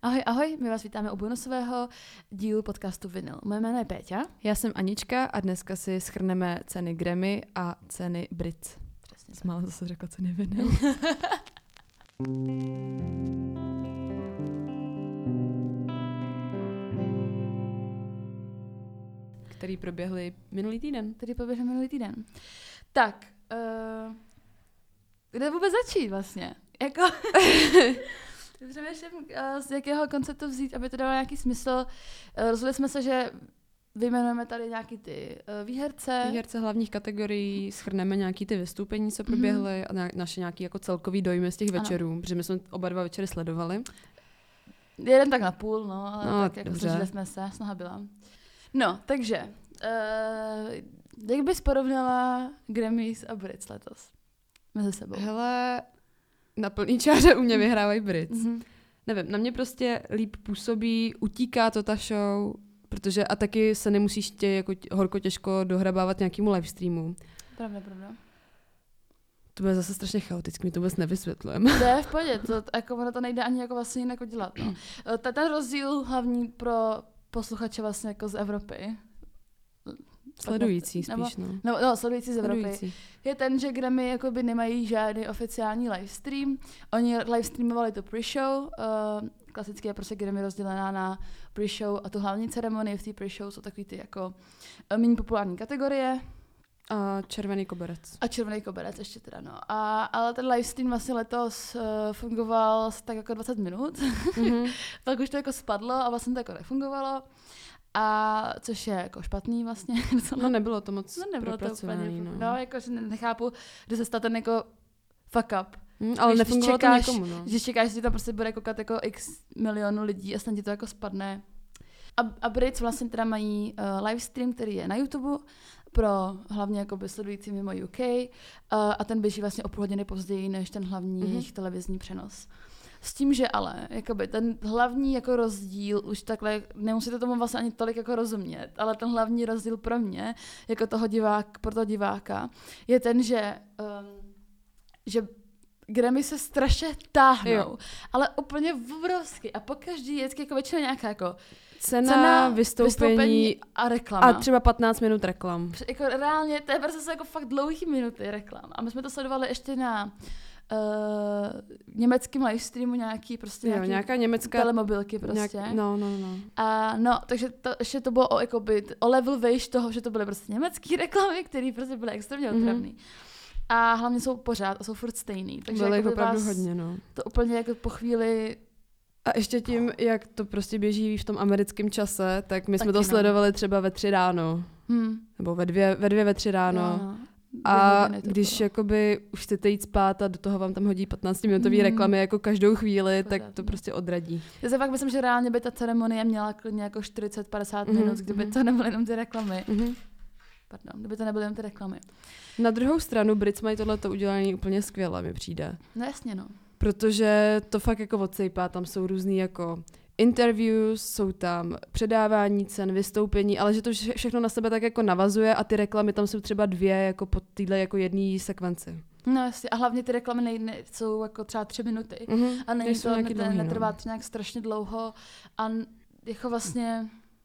Ahoj, ahoj, my vás vítáme u bonusového dílu podcastu Vinyl. Moje jméno je Péťa. Já jsem Anička a dneska si shrneme ceny Grammy a ceny Brit. Přesně. Málo zase řekla ceny Vinyl. Který proběhly minulý týden. Který poběhl minulý týden. Tak, kde vůbec začít vlastně? Jako... Přemýšlím, z jakého konceptu vzít, aby to dalo nějaký smysl. Rozhodli jsme se, že vyjmenujeme tady nějaký ty výherce. Výherce hlavních kategorií, shrneme nějaký ty vystoupení, co proběhly a naše nějaký jako celkový dojmy z těch večerů, protože my jsme oba dva večery sledovali. Jeden tak na půl, no, ale no, tak jako snažili jsme se, snaha byla. No, takže, jak bys porovnala Grammys a Brits letos mezi sebou? Hele, na plný čáře u mě vyhrávají Brits. Mm-hmm. Nevím, na mě prostě líp působí, utíká to ta show, protože a taky se nemusíš jako horko těžko dohrabávat nějakému livestreamu. Pravda. To bude zase strašně chaoticky, my to vůbec nevysvětlujeme. To je v pohodě, jako ono to nejde ani jako vlastně jinak udělat. No. Ten rozdíl hlavní pro posluchače vlastně jako z Evropy. Sledující spíš, no. Sledující z Evropy. Je ten, že Grammy jakoby nemají žádný oficiální livestream. Oni livestreamovali to pre-show. Klasicky je prostě Grammy rozdělená na pre-show a tu hlavní ceremonii v té pre-show jsou takový ty jako méně populární kategorie. A červený koberec ještě teda, no. Ale ten livestream vlastně letos fungoval tak jako 20 minut. Mm-hmm. Pak už to jako spadlo a vlastně to jako nefungovalo. A což je jako špatný vlastně. No nebylo to moc propracovaný. No, jakože nechápu, že se stane ten jako fuck up. Ale nefungovalo to někomu, no. Že čekáš, že ti tam prostě bude koukat jako x milionů lidí a snad ti to jako spadne. A Brits vlastně teda mají livestream, který je na YouTube pro hlavně jakoby sledující mimo UK a ten běží vlastně o půl hodiny později než ten hlavní televizní přenos. S tím, že ale jakoby ten hlavní jako rozdíl, už takhle nemusíte tomu vlastně ani tolik jako rozumět, ale ten hlavní rozdíl pro mě, jako pro toho diváka, je ten, že Grammy se strašně táhnou, ale úplně obrovsky a pokaždý je jako většinou nějaká jako cena vystoupení a reklama. A třeba 15 minut reklam. Jako reálně, to je prostě jako fakt dlouhý minuty reklam. A my jsme to sledovali ještě na německým livestreamu nějaká německá telemobilky prostě. No. A no, takže ještě to bylo o level vejš toho, že to byly prostě německý reklamy, které prostě byly extrémně otravný. A hlavně jsou pořád a jsou furt stejný. Takže byly jako opravdu hodně, no. To úplně jako po chvíli. A ještě tím, jak to prostě běží v tom americkém čase, tak my jsme to sledovali třeba ve 3 ráno. Nebo ve 3 ráno. No. A když jakoby už chcete jít spát a do toho vám tam hodí 15-minutový reklamy jako každou chvíli, tak to prostě odradí. Já si fakt myslím, že reálně by ta ceremonie měla klidně jako 40-50 minut, kdyby to nebyly jenom ty reklamy. Kdyby to nebyly jenom ty reklamy. Na druhou stranu Brits mají tohleto udělané úplně skvěle, mi přijde. No jasně, no. Protože to fakt jako odsejpá, tam jsou různý jako interviews, jsou tam předávání cen, vystoupení, ale že to všechno na sebe tak jako navazuje a ty reklamy tam jsou třeba 2 jako pod týhle jako jedné sekvenci. No jasně, a hlavně ty reklamy jsou jako třeba 3 minuty a netrvá to nějak strašně dlouho a jako vlastně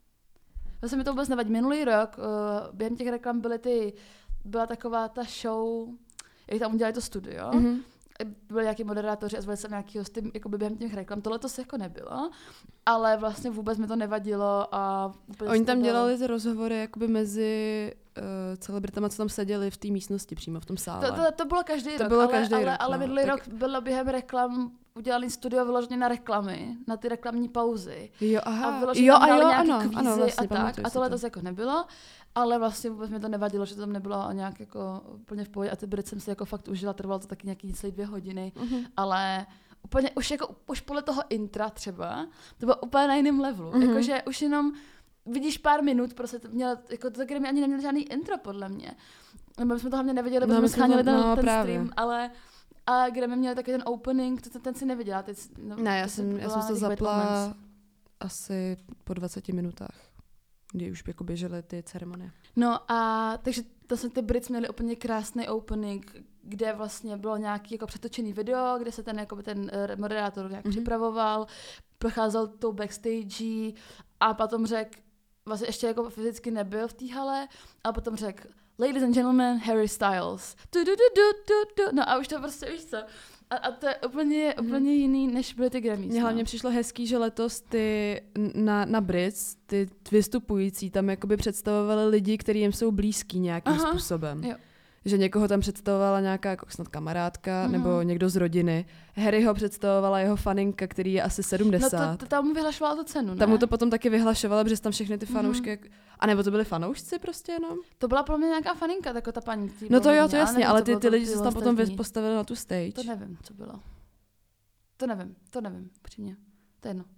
mi to vůbec nevadí. Minulý rok během těch reklam byla taková ta show, jak tam udělali to studio, byli nějaký moderátoři a zvali se nějaký hosty jakoby během těch reklam. Tohle to se jako nebylo, ale vlastně vůbec mi to nevadilo. A oni tam dělali ty rozhovory jakoby mezi celebritama, co tam seděli v té místnosti přímo v tom sále. To bylo každý rok, ale minulý rok bylo během reklam udělaný studio vyloženě na reklamy, na ty reklamní pauzy. A vyloženě nějaký kvízy a tak. A tohle to jako nebylo. Ale vlastně vůbec mi to nevadilo, že to tam nebylo nějak jako úplně v pohodě a ty Brit jsem si jako fakt užila, trvalo to taky nějaký celý 2 hodiny, ale úplně už podle toho intra třeba, to bylo úplně na jiném levelu, jakože už jenom vidíš pár minut, prostě to mělo, jako to Grammy ani neměl žádný intro podle mě, nebo jsme to hlavně nevěděli, protože jsme scháněli ten stream, ale a Grammy měli taky ten opening, ten si neviděla. Já jsem to zapla asi po 20 minutách. Kdy už jako běžely ty ceremonie. No a takže ty Brits měli úplně krásný opening, kde vlastně bylo nějaký jako přetočený video, kde se ten moderátor nějak připravoval, procházel tou backstage a potom řekl, vlastně ještě jako fyzicky nebyl v té hale, a potom řekl, ladies and gentlemen, Harry Styles. No a už to prostě, víš co, a to je úplně jiný, než byly ty Grammys. Mně hlavně přišlo hezký, že letos ty na Brits, ty vystupující tam jakoby představovali lidi, kteří jim jsou blízký nějakým způsobem. Jo. Že někoho tam představovala nějaká jako snad kamarádka nebo někdo z rodiny. Harryho představovala jeho faninka, který je asi 70. No to tam mu vyhlašovala tu cenu, ne? Tam mu to potom taky vyhlašovala, protože tam všechny ty fanoušky... A nebo to byly fanoušci prostě jenom? To byla pro mě nějaká faninka, jako ta paní. No to jo, to jasně, ale ty lidi se tam potom postavili na tu stage. To nevím, co bylo. To nevím, přímě. To je jedno.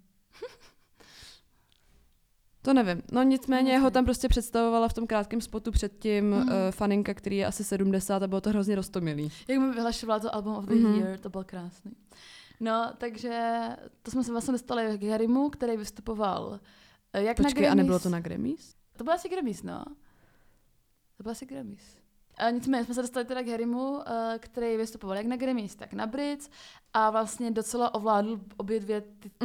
To nevím. No nicméně ho tam prostě představovala v tom krátkém spotu předtím faninka, který je asi 70 a bylo to hrozně roztomilý. Jak mi vyhlašovala to Album of the Year, to bylo krásný. No, takže to jsme se vlastně dostali k Harrymu, který vystupoval jak na Grammys. A nebylo to na Grammys? To bylo asi Grammys, no. To bylo asi Grammys. Nicméně jsme se dostali teda k Harrymu, který vystupoval jak na Grammys, tak na Brits a vlastně docela ovládl obě dvě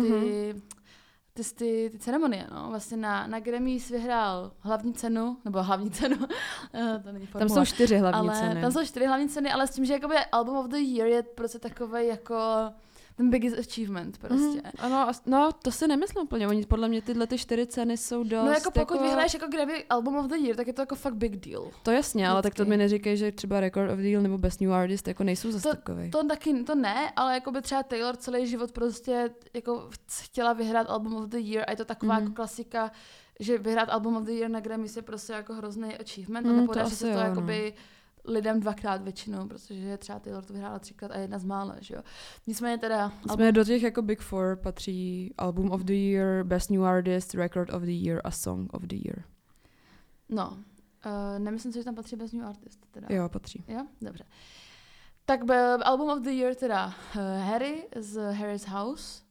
ty ceremonie, no. Vlastně na Grammys vyhrál hlavní cenu, to není formule. Tam jsou 4 hlavní ceny. Tam jsou 4 hlavní ceny, ale s tím, že jakoby Album of the Year je prostě takovej jako ten biggest achievement prostě. Ano, no to si nemyslím úplně, oni podle mě tyhle ty 4 ceny jsou dost. No jako pokud vyhraješ jako Grammy Album of the Year, tak je to jako fakt big deal. To jasně, ale tak to mi neříkej, že třeba Record of the Year nebo Best New Artist jako nejsou zase takovej. To taky, to ne, ale jako by třeba Taylor celý život prostě jako chtěla vyhrát Album of the Year a je to taková jako klasika, že vyhrát Album of the Year na Grammy je prostě jako hrozný achievement a nepodaří se to jakoby lidem 2krát většinou, protože třeba Taylor to vyhrála 3krát a jedna z mála, že jo. Nicméně teda... do těch jako Big Four patří Album of the Year, Best New Artist, Record of the Year a Song of the Year. No, nemyslím si, že tam patří Best New Artist. Teda. Jo, patří. Jo, dobře. Tak Album of the Year teda Harry z Harry's House.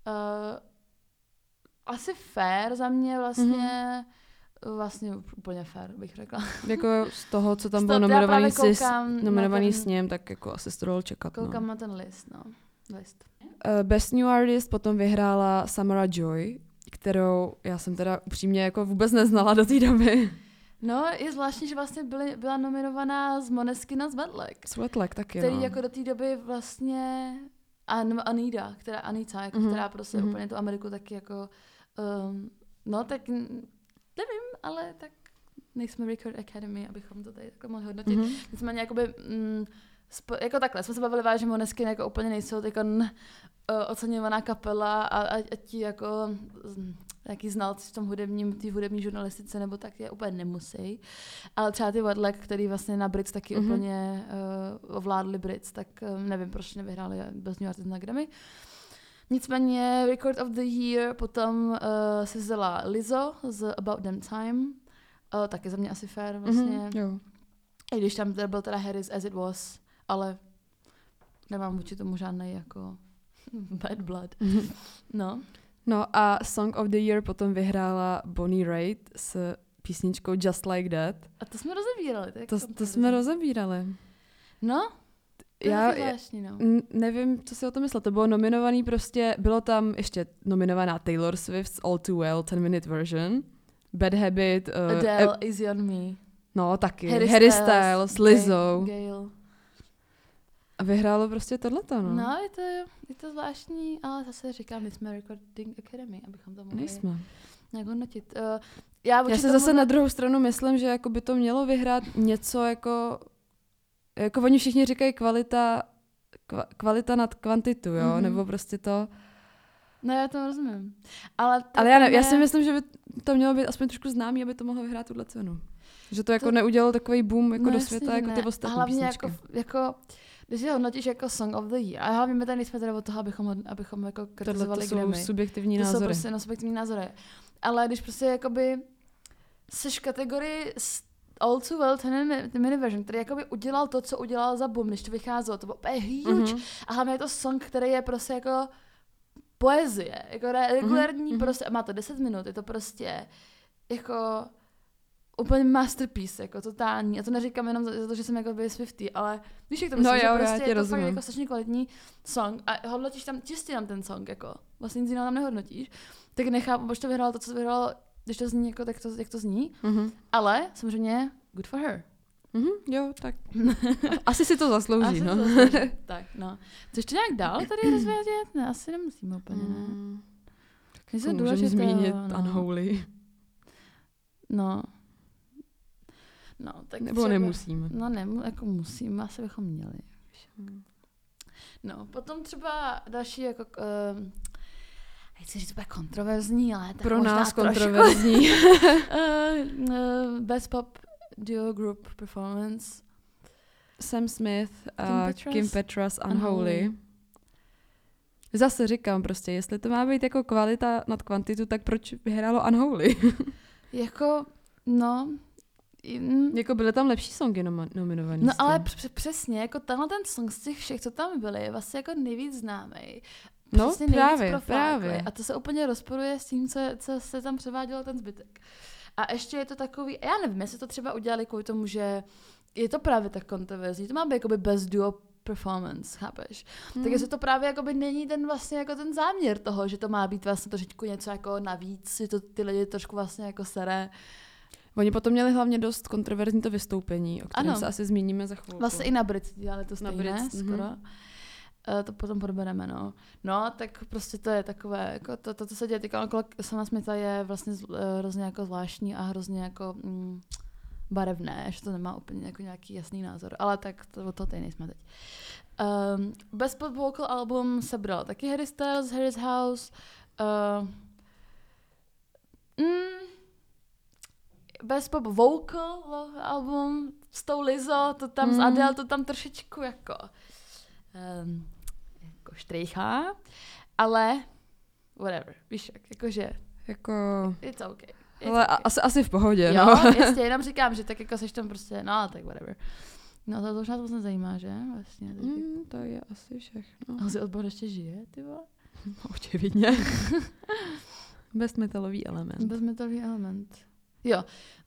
Asi fair za mě vlastně... Vlastně úplně fair, bych řekla. Jako z toho, co tam bylo nominovaný s ním, tak jako asi z toho čekat. Koukám na ten list. Best New Artist potom vyhrála Samara Joy, kterou já jsem teda upřímně jako vůbec neznala do té doby. No, je zvláštní, že vlastně byla nominovaná z Måneskin a z Wet Leg taky, který jako do té doby vlastně Anita, která prostě úplně tu Ameriku taky jako no tak nevím, ale tak nejsme Record Academy, abychom to tady takhle mohli hodnotit. Nicméně jakoby, jako takhle, jsme se bavili vážně, Måneskin jako úplně nejsou oceňovaná kapela a ti jako nějaký znalci v tom hudební žurnalistice nebo tak je úplně nemusí. Ale třeba ty Wet Leg, který vlastně na Brits taky úplně ovládli Brits, tak nevím, proč nevyhráli Best New Artist na Grammy. Nicméně Record of the Year potom si vzala Lizzo z About Them Time. Taky za mě asi fair vlastně. Jo. I když tam byl teda Harry's As It Was, ale nemám vůči tomu žádnej jako bad blood. No a Song of the Year potom vyhrála Bonnie Raitt s písničkou Just Like That. A to jsme rozebírali. To jsme rozebírali. No, já nevím, co si o tom myslel. To bylo nominovaný prostě, bylo tam ještě nominovaná Taylor Swift's All Too Well 10-minute version, Bad Habit, Adele, Easy on Me. No, taky. Harry Styles, Lizzo. Gayle. A vyhrálo prostě tohleto, no. No, je to zvláštní, ale zase říkám, my jsme Recording Academy, abychom to mohli nějak hodnotit. Já si zase na druhou stranu myslím, že jako by to mělo vyhrát něco jako oni všichni říkají kvalita nad kvantitu, jo, nebo prostě to. No já to rozumím. Ale já si myslím, že by to mělo být aspoň trošku známý, aby to mohlo vyhrát tuhle cenu. Že to jako neudělalo takový boom jako do světa, jako ty ostatní hlavně písničky. jako když je hodnotíš jako Song of the Year, a hlavně my tady nejsme teda od toho, abychom jako kritizovali Grammy. To jsou subjektivní názory. To jsou prostě subjektivní názory. Ale když prostě jakoby seš kategorii All Too Well 10-minute version, který jakoby udělal to, co udělal za boom, když to vycházelo, to bylo úplně huge. A hlavně je to song, který je prostě jako poezie, jako regulární prostě, má to 10 minut, je to prostě jako úplně masterpiece, jako totální. A to neříkám jenom za to, že jsem jako by Swiftie, ale víš, jak to myslím, že prostě je to fakt jako strašně kvalitní song a hodnotíš tam čistě tam ten song, jako vlastně nic jiného tam nehodnotíš. Tak nechápu, proč to vyhrálo to, co to vyhrálo, když to zní jako tak to, jak to zní. Ale samozřejmě good for her. Jo, tak. Asi si to zaslouží, no. Tak, no. Chceš to nějak dál tady rozvědět? Ne, asi nemusíme úplně, ne. Tak můžeme zmínit Unholy. No, tak nebo třeba, nemusíme. No jako musíme, asi bychom měli. No, potom třeba další jako nechci říct, to bude kontroverzní, ale tak pro nás kontroverzní. Best Pop Duo Group Performance. Sam Smith a Kim Petras Unholy. Zase říkám prostě, jestli to má být jako kvalita nad kvantitu, tak proč vyhrálo Unholy? Jako, no... Jako byly tam lepší songy nominovaný. No ale přesně, jako tenhle ten song z těch všech, co tam byly, je vlastně jako nejvíc známý. No právě. A to se úplně rozporuje s tím, co se tam převádělo ten zbytek. A ještě je to takový, já nevím, jestli to třeba udělali kvůli tomu, že je to právě tak kontroverzní, to má být jakoby best duo performance, chápeš? Tak jestli to právě jakoby není ten vlastně jako ten záměr toho, že to má být vlastně trošičku něco jako navíc, že to ty lidi trošku vlastně jako sere. Oni potom měli hlavně dost kontroverzní to vystoupení, o kterém se asi zmíníme za chvilku. Vlastně i na Brit dělali to stejné, skoro. To potom probereme, no. No, tak prostě to je takové, jako to co se děje teďka okolo Sama Smitha je vlastně hrozně jako zvláštní a hrozně jako barevné, že to nemá úplně jako nějaký jasný názor, ale tak o to tady nejsme teď. Best Pop Vocal Album sebral taky Harry Styles, Harry's House. Best Pop Vocal Album s tou Lizzo, to tam s Adele, to tam trošičku jako štrejchá, ale whatever, víš jak, jakože jako... It's okay. Ale okay. Asi v pohodě, jo, no. Jasně, jenom říkám, že tak jako seš tam prostě, no tak whatever. No to už nás moc nezajímá, že? Vlastně. To je asi všechno. Asi odbor ještě žije, ty vole? Očividně. Bezmetalový element. Jo.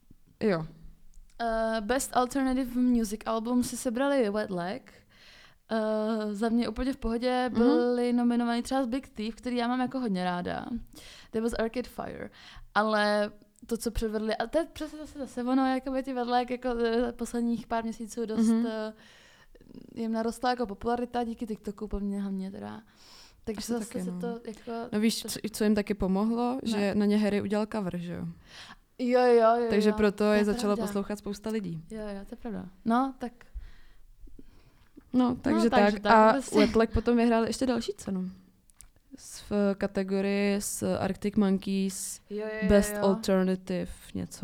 Best Alternative Music Album si sebrali Wet Leg. Za mě úplně v pohodě byli nominovaní třeba z Big Thief, který já mám jako hodně ráda. There was Arcade Fire. Ale to, co předvedli, a to je přesně zase ono, jakoby ty Wet Leg jako posledních pár měsíců dost jim narostla jako popularita díky TikToku, po mně hlavně teda. Takže zase taky, se to jako... No víš, co jim taky pomohlo? Ne. Že na ně Harry udělal cover, že jo? Jo. Takže proto je začalo poslouchat spousta lidí. Jo, to je pravda. No, tak... No, takže tak. A Wet Leg potom vyhrál ještě další cenu. V kategorii s Arctic Monkeys Best Alternative něco.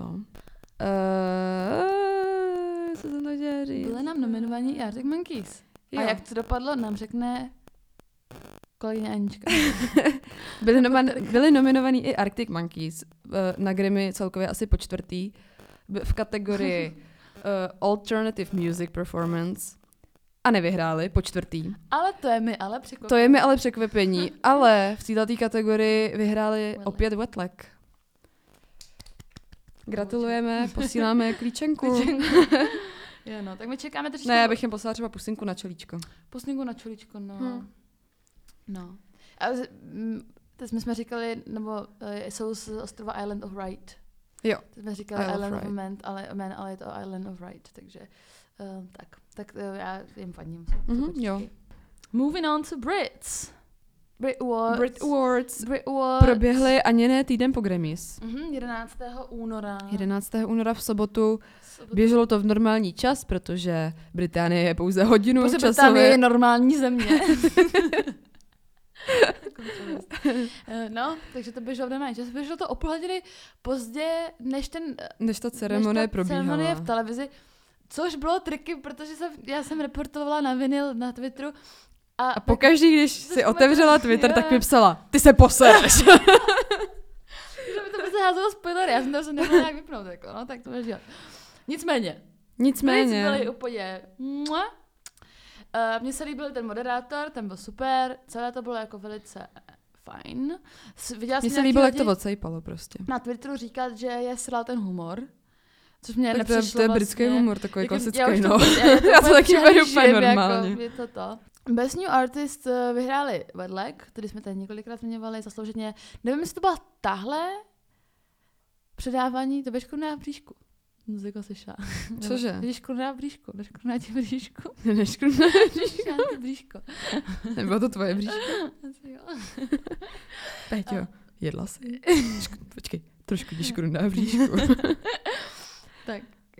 Co jsem to chtěla říct? Byly nám nominovaní Arctic Monkeys. Jo. A jak to dopadlo, nám řekne kolegyně Anička. Byli nominovaní i Arctic Monkeys na Grammy celkově asi po 4. v kategorii Alternative Music Performance a nevyhráli po 4. Ale to je mi ale překvapení. To je mi ale překvapení, ale v této kategorii vyhráli opět Wet Leg. Gratulujeme, posíláme klíčenku. Jo, no, tak my čekáme trošičku. Ne, já bych jim poslala třeba pusinku na čelíčko. Pusinku na čelíčko, no. No. A teď jsme říkali, nebo jsou z ostrova Island of Wight. Jo. Teď jsme říkali Island of Man, ale je to Island of Wight, takže tak já jim fandím. Jo. Moving on to Brits. Brit Awards. Proběhly ani ne týden po Grammys. 11. února. 11. února v sobotu. Běželo to v normální čas, protože Británie je pouze hodinu časově. Británie je normální země. No, takže to běželo v normální čas. Běželo to o půl hodiny pozdě, než ta ceremonie probíhala. Ceremonie v televizi, což bylo triky, protože já jsem reportovala na vinyl na Twitteru. A pokaždý, když si otevřela Twitter, tak mi psala, ty se posereš. Že by to prostě házelo spoilery, já jsem to nemohla nějak vypnout, jako, no, tak to bude dělat. Nicméně. Byli úplně... Mně se líbil ten moderátor, ten byl super, celé to bylo jako velice fajn. Mně se líbilo, jak to odsejpalo prostě. Na Twitteru říkat, že je sral ten humor. Což mě tak nepřišlo to je britský humor, takový jako, klasický, no. Já to taky beru úplně normálně. Jako, je to. Best New Artist vyhráli Vedlek, který jsme tady několikrát zmiňovali, zaslouženě. Nevím, jestli to byla tahle předávání, to běž koruna v bříšku. Muzika slyšela. Cože? Jdeš koruna v bříšku, jdeš koruna ti v bříšku. Jdeš koruna v bříšku. Nebylo to tvoje bříško? Asi jo. Péťo, jedla jsi? Počkej, trošku jdeš koruna v bříšku. Tak,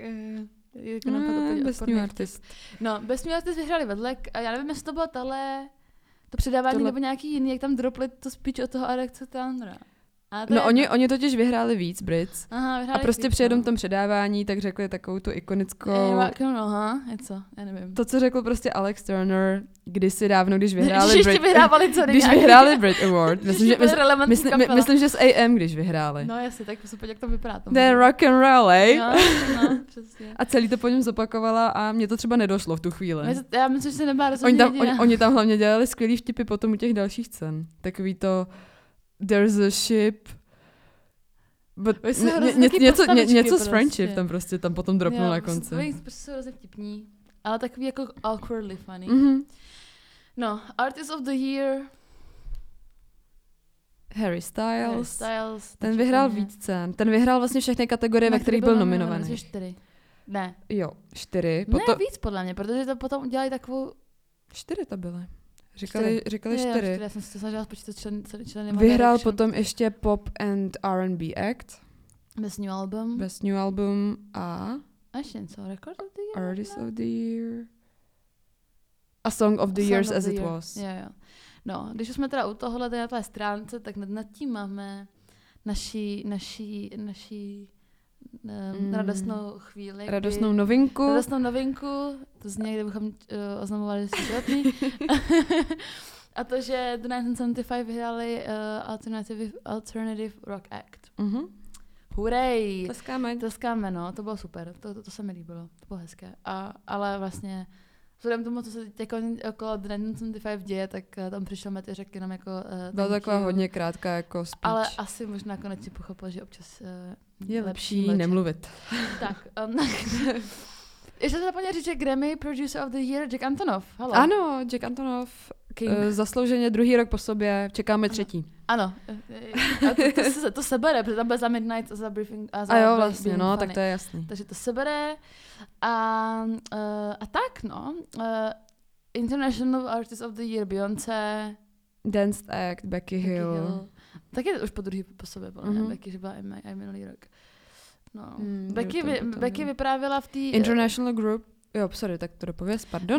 Best New Artist. No, Best New Artist vyhráli Vedlek a já nevím, jestli to bylo to předávání nebo nějaký jiný, jak tam dropli to speech od toho Alexe Tandra. No oni totiž vyhráli víc Brits. Aha, vyhráli a prostě víc, při jednom tom předávání tak řekli takovou tu ikonickou... něco, já nevím. To, co řekl prostě Alex Turner kdysi dávno, když vyhráli Brit... vyhrávali co když vyhráli Brit Award. Myslím, že s AM, když vyhráli. No jasně, tak se podívej, jak to vypadá. Then rock and roll, eh? No, přesně. A celý to po něm zopakovala a mně to třeba nedošlo v tu chvíli. Já myslím, že se nebyla rozumět. Oni tam hlavně dělali skvělý vtipy potom u těch dalších cen. Takový to there's a ship but něco s friendship tam prostě tam potom dropnul na konci. Prostě jsou hrozně vtipní, ale takový jako awkwardly funny. Mm-hmm. No, Artist of the Year Harry Styles. Ten vyhrál víc cen. Ten vyhrál vlastně všechny kategorie, ve kterých byl nominovaný. 4. Ne. Jo, 4. Ne, víc podle mě, protože to potom udělali takovou... 4 to byly. Říkali 4. Já jsem si to snažila spočítat členy. Vyhrál potom ještě Pop and R&B Act. Best New Album a... ještě něco, Record of the Year? Artist of the Year. A Song of the Years as it was. Jo. No, když jsme teda u tohohle na té stránce, tak nad tím máme naší radostnou chvíli. Radostnou novinku. To zní, kdybychom oznamovali, že jsme životní. A to, že The 1975 vyhráli Alternative Rock Act. Mm-hmm. Hurrej! Tleskáme, no, to bylo super. To se mi líbilo. To bylo hezké. Ale vlastně vzhledem tomu, co se teď okolo The 1975 děje, tak tam přišel Metyřek jenom jako... Byla taková hodně krátká jako speech. Ale asi možná konečně pochopil, že občas je lepší nemluvit. Tak. Ještě se zapomněl říct, že Grammy Producer of the Year Jack Antonoff. Hello. Ano, Jack Antonoff. Zaslouženě 2. rok po sobě, čekáme 3. Ano. To se bere, protože tam bude za Midnight a za Briefing. A jo, vlastně, no, tak to je jasný. Takže to se bere. A tak, no. International Artist of the Year Beyoncé. Dance Act, Becky Hill. Tak je to už po 2. po sobě, Becky, že byla i minulý rok. No. Becky vyprávěla v té... International Group. Jo, sorry, tak to dopověz, pardon.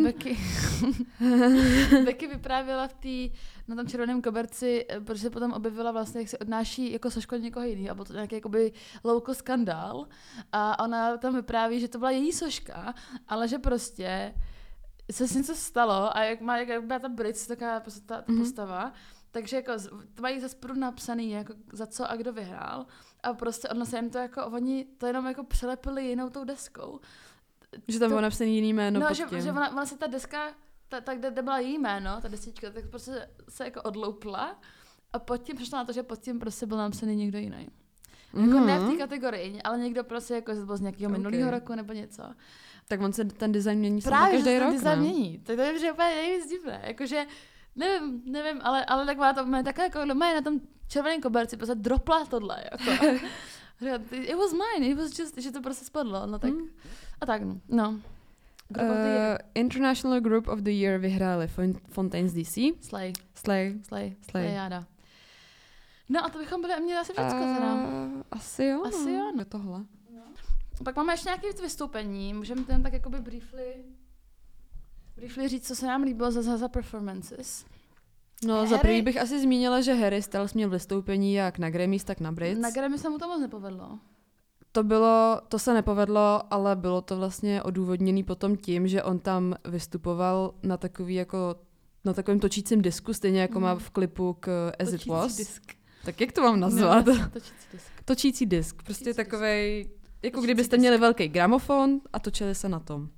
Becky vyprávěla na tom červeném koberci, protože se potom objevila vlastně, jak se odnáší jako sošku od někoho jiného, a byl to nějaký jakoby local skandál. A ona tam vypráví, že to byla její soška, ale že prostě se něco stalo a jak byla ta Brit, taková ta postava, takže jako to mají ze spodu napsaný, jako za co a kdo vyhrál. A prostě ono se jim to jako, oni to jenom jako přelepili jinou tou deskou. Že tam bylo napsaný jiný jméno pod tím. Že ona se ta deska, kde byla její jméno, ta desička, tak prostě se jako odloupla a pod tím přišla na to, že pod tím prostě byl napsaný někdo jiný. Jako ne v té kategorii, ale někdo prostě jako byl z nějakého minulého roku nebo něco. Tak on se ten design mění právě každý rok, design mění. Tak to je úplně nejvíc divné. Jakože, nevím, ale taková to má takhle jako má na tom červeném koberci prostě dropla tohle. Jako. It was mine, it was just, že to prostě spadlo. No tak, a tak no. International Group of the Year vyhráli Fontaines DC. Slay, jáda. No a to bychom měli asi všecko teda. Asi jo. No. Tohle. No. Pak máme ještě nějaké vystoupení. Můžeme ten tak jakoby briefly říct, co se nám líbilo za performances. No, za první bych asi zmínila, že Harry Styles měl vystoupení jak na Grammys, tak na Brits. Na Grammy se mu to moc nepovedlo. To se nepovedlo, ale bylo to vlastně odůvodněný potom tím, že on tam vystupoval na takovém točícím disku, stejně jako má v klipu k As It Was. Disk. Tak jak to mám nazvat? Točící disk. Točící disk. Prostě takovej, jako kdybyste měli velký gramofon a točili se na tom.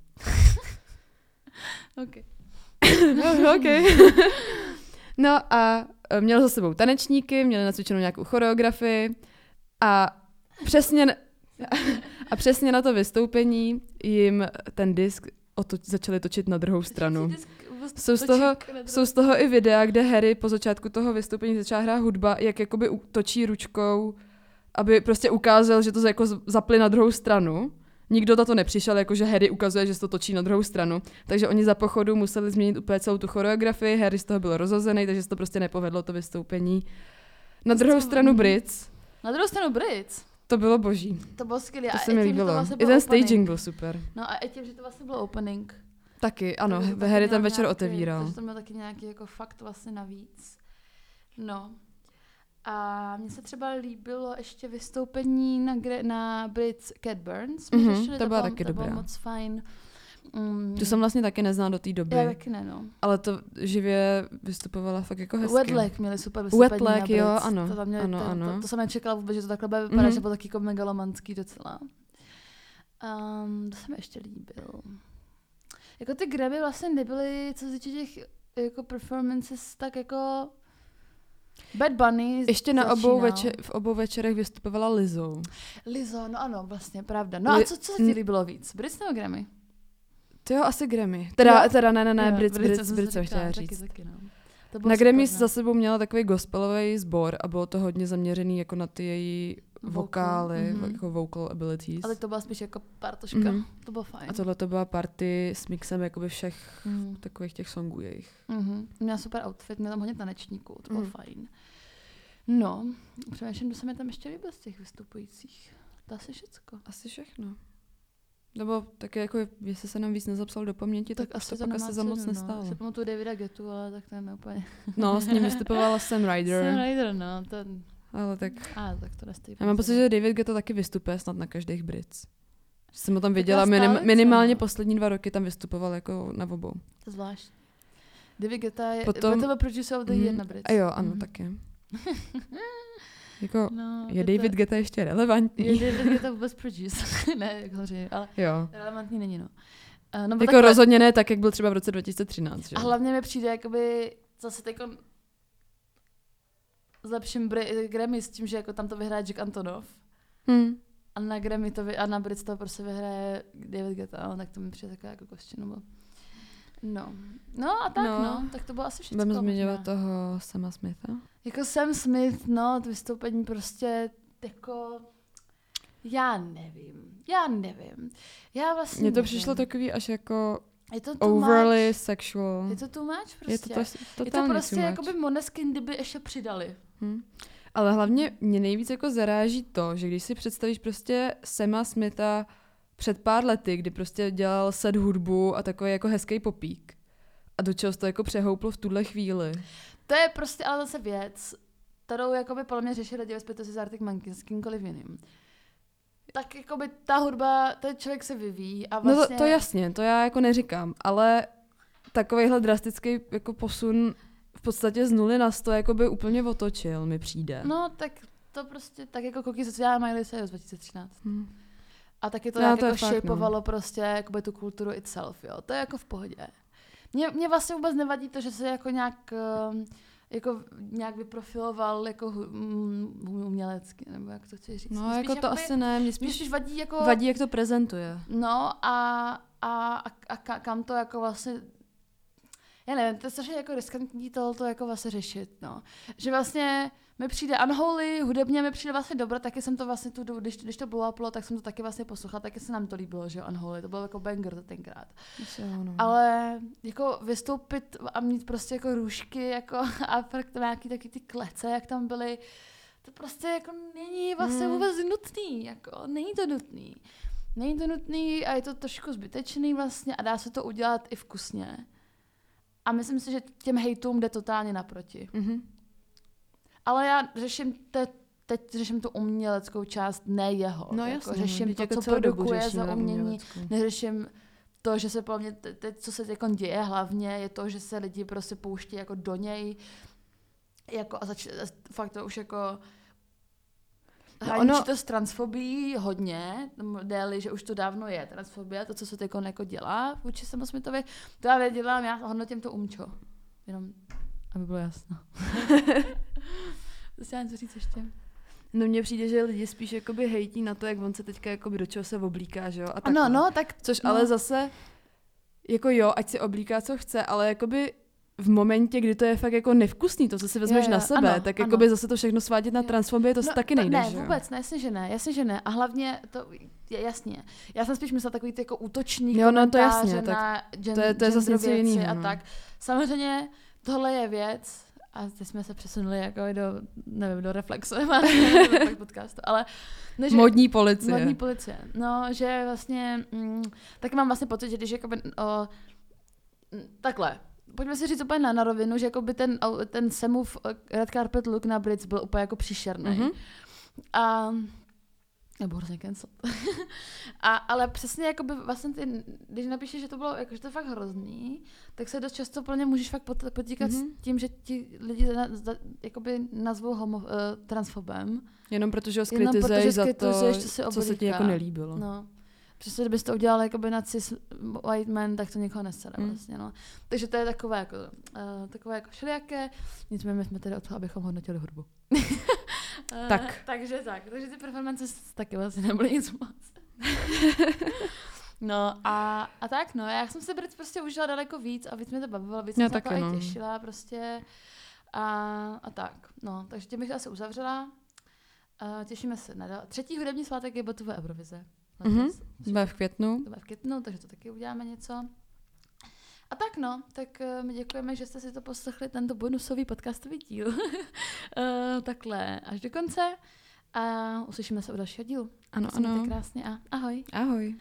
OK. No a měl za sebou tanečníky, měli nacvičenou nějakou choreografii a A přesně na to vystoupení jim ten disk začali točit na druhou stranu. Jsou z toho i videa, kde Harry po začátku toho vystoupení začala hrát hudba, jak jakoby točí ručkou, aby prostě ukázal, že to jako zapli na druhou stranu. Nikdo na to nepřišel, jakože Harry ukazuje, že se to točí na druhou stranu. Takže oni za pochodu museli změnit úplně celou tu choreografii, Harry z toho byl rozhozený, takže se to prostě nepovedlo, to vystoupení. Na druhou stranu Brits. To bylo boží. To bylo skvělé. To se mi líbilo. I ten staging byl super. No a i tím, že to vlastně bylo opening. Taky, ano. Harry ten večer otevíral. Takže to měl taky nějaký jako fakt vlastně navíc. No. A mně se třeba líbilo ještě vystoupení na Brits Cat Burns. To byla taky dobrá. To bylo moc fajn. To jsem vlastně taky neznala do té doby. Já taky ne, no. Ale to živě vystupovala fakt jako hezky. Wetlag měli super vystoupení na Brits. Jo, ano. To jsem nečekala vůbec, že to takhle bude vypadat, že bylo taky jako megalomanský docela. To se mi ještě líbil. Jako ty Grammy vlastně nebyly, co se týče těch jako performances, tak jako Bad Bunny ještě v obou večerech vystupovala Lizzo. No ano, vlastně, pravda. No a co se ti líbilo víc? Brits nebo Grammy? To jo, asi Grammy. Teda ne, Brits jsem chtěla říct. Taky, no. Na Grammy za sebou měla takový gospelový sbor a bylo to hodně zaměřený jako na ty její vokály, jako vocal abilities. Ale to byla spíš jako partoška, to bylo fajn. A tohle to byla party s mixem jakoby všech takových těch songů jejich. Měla super outfit, měla tam hodně tanečníků, to bylo fajn. No, přemýšlím, kdo se mi tam ještě líbil z těch vystupujících. To asi všecko. Asi všechno. Nebo taky jako, jestli se nám víc nezapsal do paměti, tak asi to pak asi za moc nestálo. Si pamatuju Davida Guettu, ale tak to je úplně... No, s ním vystupovala Sam Ryder. No, ten... Ale tak to nestojí. Já mám pocit, že David Guetta taky vystupuje snad na každých Brits. Že jsem ho tam viděla, minimálně poslední 2 roky tam vystupoval jako na obou. To zvlášť. David Guetta je byl producer of the year na Brits. A jo, ano, taky. Jako, je David Guetta ještě relevantní? Je David Guetta vůbec producer? Ne, jako samozřejmě, ale jo. Relevantní není, no. Jako takhle, rozhodně ne tak, jak byl třeba v roce 2013. Že? A hlavně mi přijde, jakoby zase teď zlepším Grammy s tím, že jako tam to vyhraje Jack Antonoff. A na Grammy a na Brits to prostě vyhraje David Guetta, no, tak to mi přijde taková jako kosčinu. No a tak tak to bylo asi všechno. Budeme zmiňovat toho Sama Smitha? Jako Sam Smith, no, to vystoupení prostě jako... Já nevím. Já vlastně mně to přišlo takový až jako overly sexual. Je to too much prostě. Je to prostě jakoby Måneskin, kdyby ještě přidali. Ale hlavně mě nejvíc jako zaráží to, že když si představíš prostě Sama Smitha před pár lety, kdy prostě dělal set hudbu a takový jako hezký popík. A do čeho to jako přehouplo v tuhle chvíli. To je prostě ale zase věc, kterou jakoby podle mě řešili lidi ve spojitosti s Arctic Monkeys, s kýmkoliv jiným. Tak jakoby ta hudba, ten člověk se vyvíjí a vlastně... No to jasně, to já jako neříkám, ale takovejhle drastický jako posun v podstatě z 0 na 100 jakoby úplně otočil, mi přijde. No tak to prostě, tak jako Cookies sociální Miley Cyrus 2013. A taky to nějak jako shapeovalo prostě jakoby tu kulturu itself, jo. To je jako v pohodě. Mě vlastně vůbec nevadí to, že se jako nějak vyprofiloval jako umělecky, nebo jak to chci říct. No, jako to asi ne, mě spíš vadí jako... Vadí, jak to prezentuje. No a kam to jako vlastně... Já nevím, to je strašně jako riskantní tohleto jako vlastně řešit, no. Že vlastně mi přijde Unholy, hudebně mi přijde vlastně dobro, taky jsem to vlastně když to blow uplo, tak jsem to taky vlastně poslouchala, taky se nám to líbilo, že Unholy, to bylo jako banger to tenkrát. No. Ale jako vystoupit a mít prostě jako růžky jako a pak nějaký taky ty klece, jak tam byly, to prostě jako není vlastně vůbec nutný, jako není to nutný. Není to nutný a je to trošku zbytečný vlastně a dá se to udělat i vkusně. A myslím si, že těm hejtům jde totálně naproti. Ale já teď řeším tu uměleckou část, ne jeho. No jako jasně, řeším to, co produkuje za umění. Neřeším to, že se po mně, co se jako děje hlavně, je to, že se lidi prostě pouští jako do něj. Jako a fakt to už jako... Hraničí to s transfobií hodně, déli, že už to dávno je transfobie, to, co se teď jako dělá vůči Samu Smithovi, to já nedělám, já hodnotím to umčo. Jenom, aby bylo jasno. To si já něco říct ještě. No mně přijde, že lidi spíš jakoby hejtí na to, jak on se teďka jakoby do čeho se oblíká, že jo? A takhle. No, tak... Což ale zase, jako jo, ať si oblíká, co chce, ale jakoby v momentě, kdy to je fakt jako nevkusný, to, co si vezmeš na sebe, tak jakoby zase to všechno svádět na transfobii, to taky nejde, ne, vůbec, ne, jasně, že ne. A hlavně to je jasně. Já jsem spíš myslela takový ty jako útočný komentáře na to je zase něco jiného. A tak. Samozřejmě tohle je věc, a teď jsme se přesunuli jako do Reflexu, do podcastu, ale... No, že, modní policie. Modní policie. No, že vlastně, taky mám vlastně pocit, že když jakoby, takhle, pojďme si říct úplně na rovinu, že jakoby ten Samův red carpet look na Brits byl úplně jako příšerný. A nebo hrozně cancel. Ale přesně jakoby vlastně když napíšeš, že to bylo jako, že to je fakt hrozný, tak se dost často plně můžeš fakt potýkat s tím, že ti lidi jakoby nazvou transfobem. Jenom protože ho skritizuješ za to, co se ti jako nelíbilo. No. Přesně, kdybys to udělal jakoby na cis white man, tak to někoho nesere vlastně, no. Takže to je takové jako všelijaké, nicméně my jsme tady od toho, abychom hodnotili hudbu. Takže ty performances taky vlastně nebyly nic moc. No a tak no, já jsem se Brits prostě užila daleko víc a víc mě to bavilo, víc jsem se to i těšila prostě a tak, no, takže tím bych to asi uzavřela. Těšíme se na třetí hudební svátek je Botové Eurovize. Bude v květnu. Takže to taky uděláme něco. A tak no, tak my děkujeme, že jste si to poslechli, tento bonusový podcastový díl. Takhle až do konce a uslyšíme se u dalšího dílu. Ano. Mějte krásně a ahoj. Ahoj.